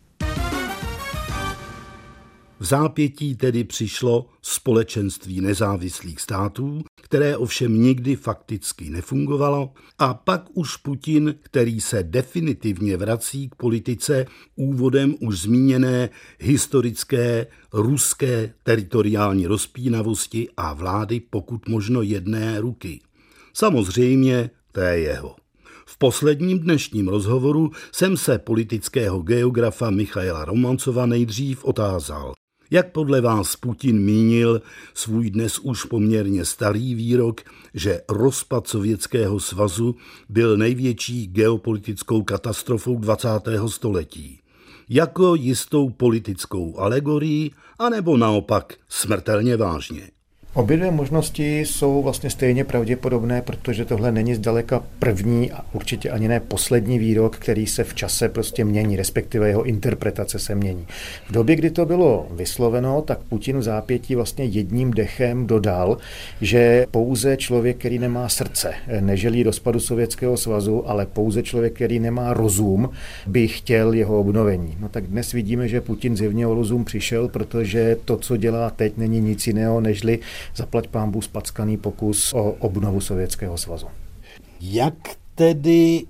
V zápětí tedy přišlo Společenství nezávislých států, které ovšem nikdy fakticky nefungovalo, a pak už Putin, který se definitivně vrací k politice úvodem už zmíněné historické ruské teritoriální rozpínavosti a vlády pokud možno jedné ruky. Samozřejmě té jeho. V posledním dnešním rozhovoru jsem se politického geografa Michaila Romancova nejdřív otázal, jak podle vás Putin mínil svůj dnes už poměrně starý výrok, že rozpad Sovětského svazu byl největší geopolitickou katastrofou 20. století. Jako jistou politickou alegorii, anebo naopak smrtelně vážně. Obě dvě možnosti jsou vlastně stejně pravděpodobné, protože tohle není zdaleka první a určitě ani ne poslední výrok, který se v čase prostě mění, respektive jeho interpretace se mění. V době, kdy to bylo vysloveno, tak Putin v zápětí vlastně jedním dechem dodal, že pouze člověk, který nemá srdce, neželí rozpadu Sovětského svazu, ale pouze člověk, který nemá rozum, by chtěl jeho obnovení. No tak dnes vidíme, že Putin zjevně o rozum přišel, protože to, co dělá teď, není nic jiného, nežli zaplať pánbůh spackaný pokus o obnovu Sovětského svazu. Jak tedy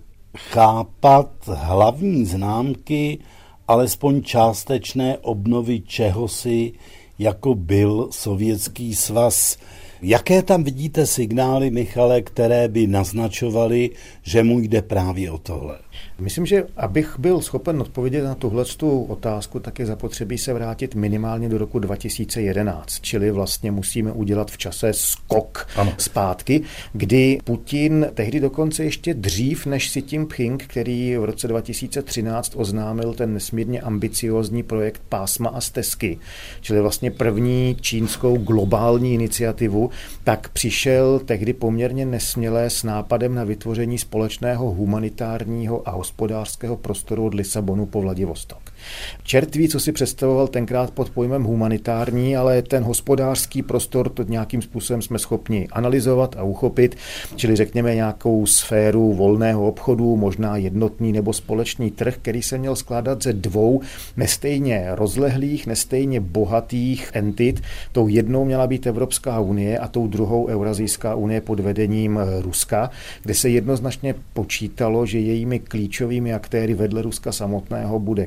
chápat hlavní známky alespoň částečné obnovy čehosi, jako byl Sovětský svaz? Jaké tam vidíte signály, Michale, které by naznačovaly, že mu jde právě o tohle? Myslím, že abych byl schopen odpovědět na tuhletu otázku, tak je zapotřebí se vrátit minimálně do roku 2011, čili vlastně musíme udělat v čase skok zpátky, kdy Putin tehdy dokonce ještě dřív než Xi Jinping, který v roce 2013 oznámil ten nesmírně ambiciózní projekt Pásma a stezky, čili vlastně první čínskou globální iniciativu, tak přišel tehdy poměrně nesměle s nápadem na vytvoření společného humanitárního a hospodářského prostoru od Lisabonu po Vladivostok. Čert ví, co si představoval tenkrát pod pojmem humanitární, ale ten hospodářský prostor to nějakým způsobem jsme schopni analyzovat a uchopit, čili řekněme nějakou sféru volného obchodu, možná jednotný nebo společný trh, který se měl skládat ze dvou nestejně rozlehlých, nestejně bohatých entit. Tou jednou měla být Evropská unie a tou druhou Eurazijská unie pod vedením Ruska, kde se jednoznačně počítalo, že jejími klíčovými aktéry vedle Ruska samotného bude Kazachstán,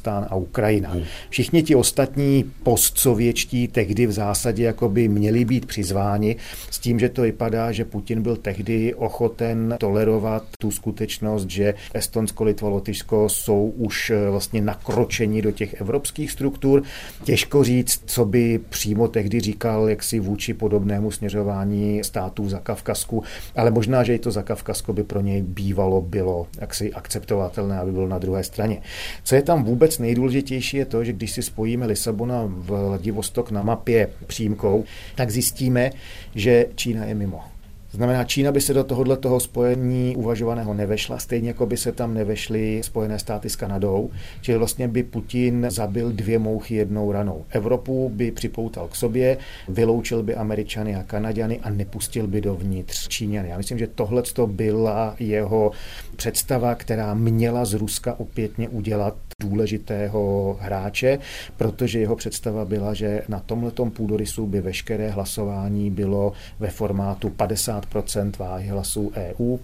Kazachstán a Ukrajina. Všichni ti ostatní postsovětští tehdy v zásadě jakoby měli být přizváni s tím, že to vypadá, že Putin byl tehdy ochoten tolerovat tu skutečnost, že Estonsko, Litva, Lotyšsko jsou už vlastně nakročeni do těch evropských struktur. Těžko říct, co by přímo tehdy říkal jaksi vůči podobnému směřování států v Zakavkazsku, ale možná, že i to Zakavkazsko by pro něj bývalo bylo jaksi akceptovatelné, aby bylo na druhé straně. Co je tam vůbec nejdůležitější je to, že když si spojíme Lisabona Vladivostok na mapě přímkou, tak zjistíme, že Čína je mimo. Znamená, Čína by se do tohoto spojení uvažovaného nevešla, stejně jako by se tam nevešly Spojené státy s Kanadou, čili vlastně by Putin zabil 2 mouchy jednou ranou. Evropu by připoutal k sobě, vyloučil by Američany a Kanaďany a nepustil by dovnitř Číňany. Já myslím, že tohleto byla jeho představa, která měla z Ruska opětně udělat důležitého hráče, protože jeho představa byla, že na tomhletom půdorysu by veškeré hlasování bylo ve formátu 50% váhy hlasů EU,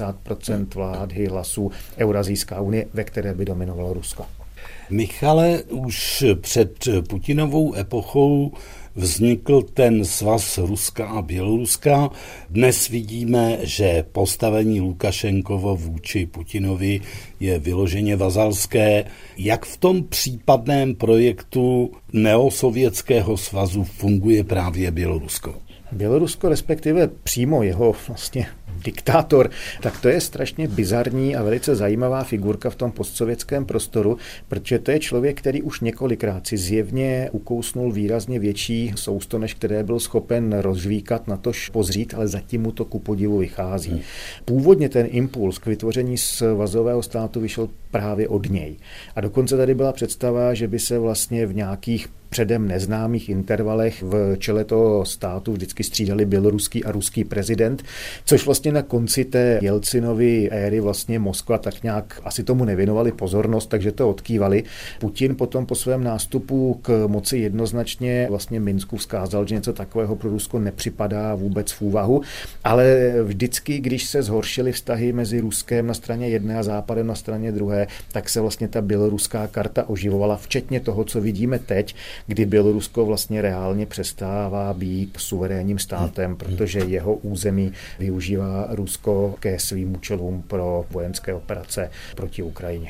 50% váhy hlasů Eurazijská unie, ve které by dominovalo Rusko. Michale, už před Putinovou epochou vznikl ten svaz Ruska a Běloruska. Dnes vidíme, že postavení Lukašenkovo vůči Putinovi je vyloženě vazalské. Jak v tom případném projektu neosovětského svazu funguje právě Bělorusko? Bělorusko, respektive přímo jeho vlastně diktátor, tak to je strašně bizarní a velice zajímavá figurka v tom postsovětském prostoru, protože to je člověk, který už několikrát si zjevně ukousnul výrazně větší sousto, než které byl schopen rozžvíkat, natož pozřít, ale zatím mu to ku podivu vychází. Původně ten impuls k vytvoření svazového státu vyšel právě od něj. A dokonce tady byla představa, že by se vlastně v nějakých předem neznámých intervalech v čele toho státu vždycky střídali běloruský a ruský prezident, což vlastně na konci té Jelcinovy éry vlastně Moskva tak nějak asi tomu nevěnovali pozornost, takže to odkývali. Putin potom po svém nástupu k moci jednoznačně vlastně Minsku vzkázal, že něco takového pro Rusko nepřipadá vůbec v úvahu, ale vždycky, když se zhoršily vztahy mezi Ruskem na straně jedné a Západem na straně druhé, tak se vlastně ta běloruská karta oživovala, včetně toho, co vidíme teď, kdy Bělorusko vlastně reálně přestává být suverénním státem, protože jeho území využívá Rusko ke svým účelům pro vojenské operace proti Ukrajině.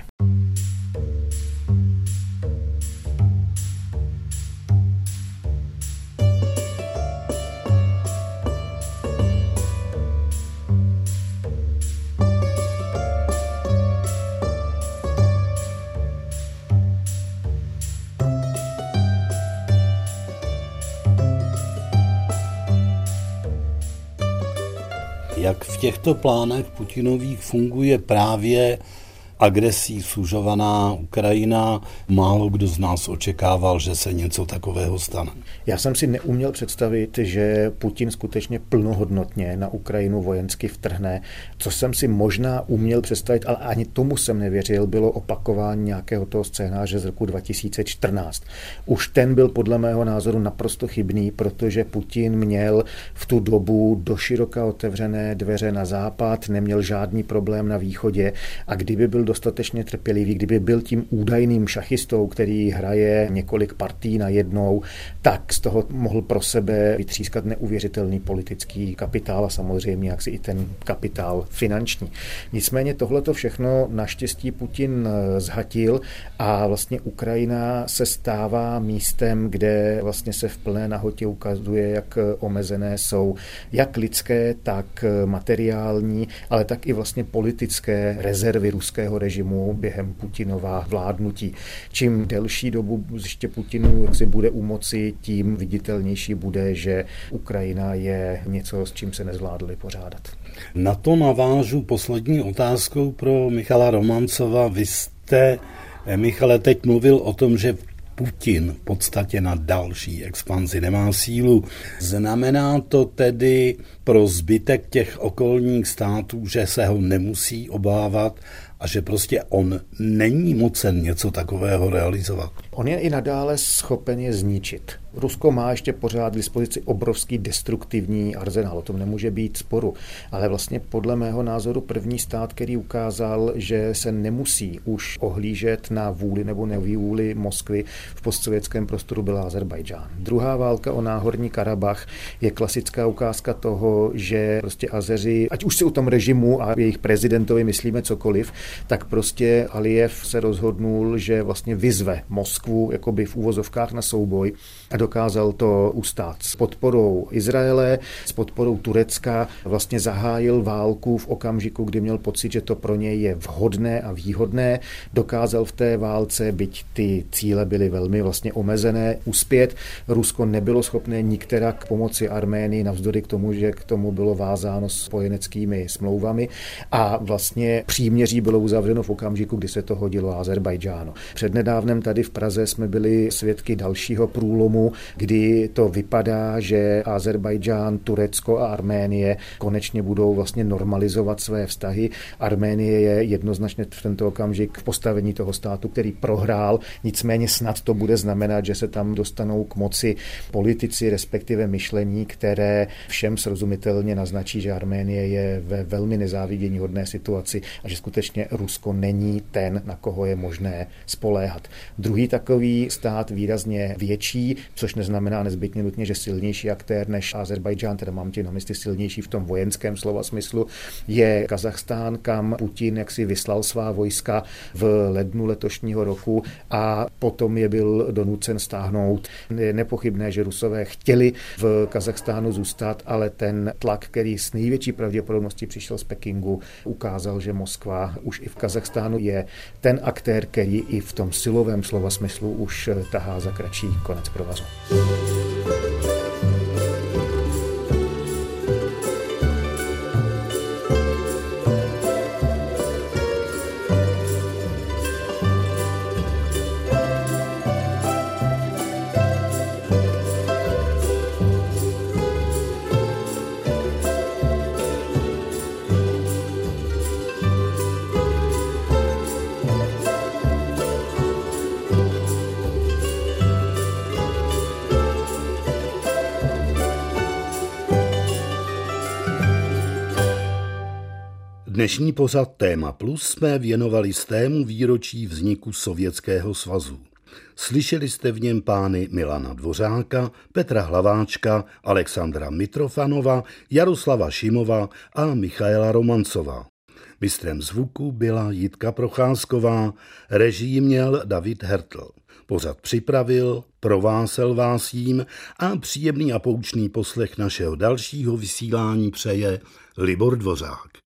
Jak v těchto plánech Putinových funguje právě agresí sužovaná Ukrajina? Málo kdo z nás očekával, že se něco takového stane. Já jsem si neuměl představit, že Putin skutečně plnohodnotně na Ukrajinu vojensky vtrhne. Co jsem si možná uměl představit, ale ani tomu jsem nevěřil, bylo opakování nějakého toho scénáře z roku 2014. Už ten byl podle mého názoru naprosto chybný, protože Putin měl v tu dobu doširoka otevřené dveře na západ, neměl žádný problém na východě a kdyby byl dostatečně trpělivý, kdyby byl tím údajným šachistou, který hraje několik partií na jednou, tak z toho mohl pro sebe vytřískat neuvěřitelný politický kapitál a samozřejmě jaksi i ten kapitál finanční. Nicméně tohleto všechno naštěstí Putin zhatil a vlastně Ukrajina se stává místem, kde vlastně se v plné nahotě ukazuje, jak omezené jsou jak lidské, tak materiální, ale tak i vlastně politické rezervy ruského režimu během Putinova vládnutí. Čím delší dobu ještě Putinu jaksi bude u moci, tím viditelnější bude, že Ukrajina je něco, s čím se nezvládli vypořádat. Na to navážu poslední otázkou pro Michala Romancova. Vy jste, Michale, teď mluvil o tom, že Putin v podstatě na další expanzi nemá sílu. Znamená to tedy pro zbytek těch okolních států, že se ho nemusí obávat a že prostě on není mocen něco takového realizovat? On je i nadále schopen je zničit. Rusko má ještě pořád k dispozici obrovský destruktivní arzenál, o tom nemůže být sporu, ale vlastně podle mého názoru první stát, který ukázal, že se nemusí už ohlížet na vůli nebo nevůli Moskvy v postsovětském prostoru, byl Azerbajdžán. Druhá válka o Náhorní Karabach je klasická ukázka toho, že prostě Azeři, ať už si o tom režimu a jejich prezidentovi myslíme cokoliv, tak prostě Alijev se rozhodnul, že vlastně vyzve Moskvu jakoby v úvozovkách na souboj a dokázal to ustát s podporou Izraele, s podporou Turecka, vlastně zahájil válku v okamžiku, kdy měl pocit, že to pro něj je vhodné a výhodné. Dokázal v té válce, byť ty cíle byly velmi vlastně omezené, uspět. Rusko nebylo schopné nikterak pomoci Arménii navzdory k tomu, že k tomu bylo vázáno spojeneckými smlouvami a vlastně příměří bylo uzavřeno v okamžiku, kdy se to hodilo Azerbajdžánu. Přednedávnem tady v Praze jsme byli svědky dalšího průlomu, kdy to vypadá, že Azerbajdžán, Turecko a Arménie konečně budou vlastně normalizovat své vztahy. Arménie je jednoznačně v tento okamžik v postavení toho státu, který prohrál, nicméně snad to bude znamenat, že se tam dostanou k moci politici, respektive myšlení, které všem srozumitelně naznačí, že Arménie je ve velmi nezáviděníhodné situaci a že skutečně Rusko není ten, na koho je možné spoléhat. Druhý takový stát výrazně větší, což neznamená nezbytně nutně, že silnější aktér než Azerbajdžán, teda mám tím na mysli silnější v tom vojenském slova smyslu, je Kazachstán, kam Putin jaksi vyslal svá vojska v lednu letošního roku a potom je byl donucen stáhnout. Je nepochybné, že Rusové chtěli v Kazachstánu zůstat, ale ten tlak, který s největší pravděpodobností přišel z Pekingu, ukázal, že Moskva už i v Kazachstánu je ten aktér, který i v tom silovém slova smyslu už tahá za kratší konec provazu. Dnešní pořad Téma Plus jsme věnovali 100. výročí vzniku Sovětského svazu. Slyšeli jste v něm pány Milana Dvořáka, Petra Hlaváčka, Alexandra Mitrofanova, Jaroslava Šimova a Michaela Romancová. Mistrem zvuku byla Jitka Procházková, režii měl David Hertl. Pořad připravil, provázal vás jím a příjemný a poučný poslech našeho dalšího vysílání přeje Libor Dvořák.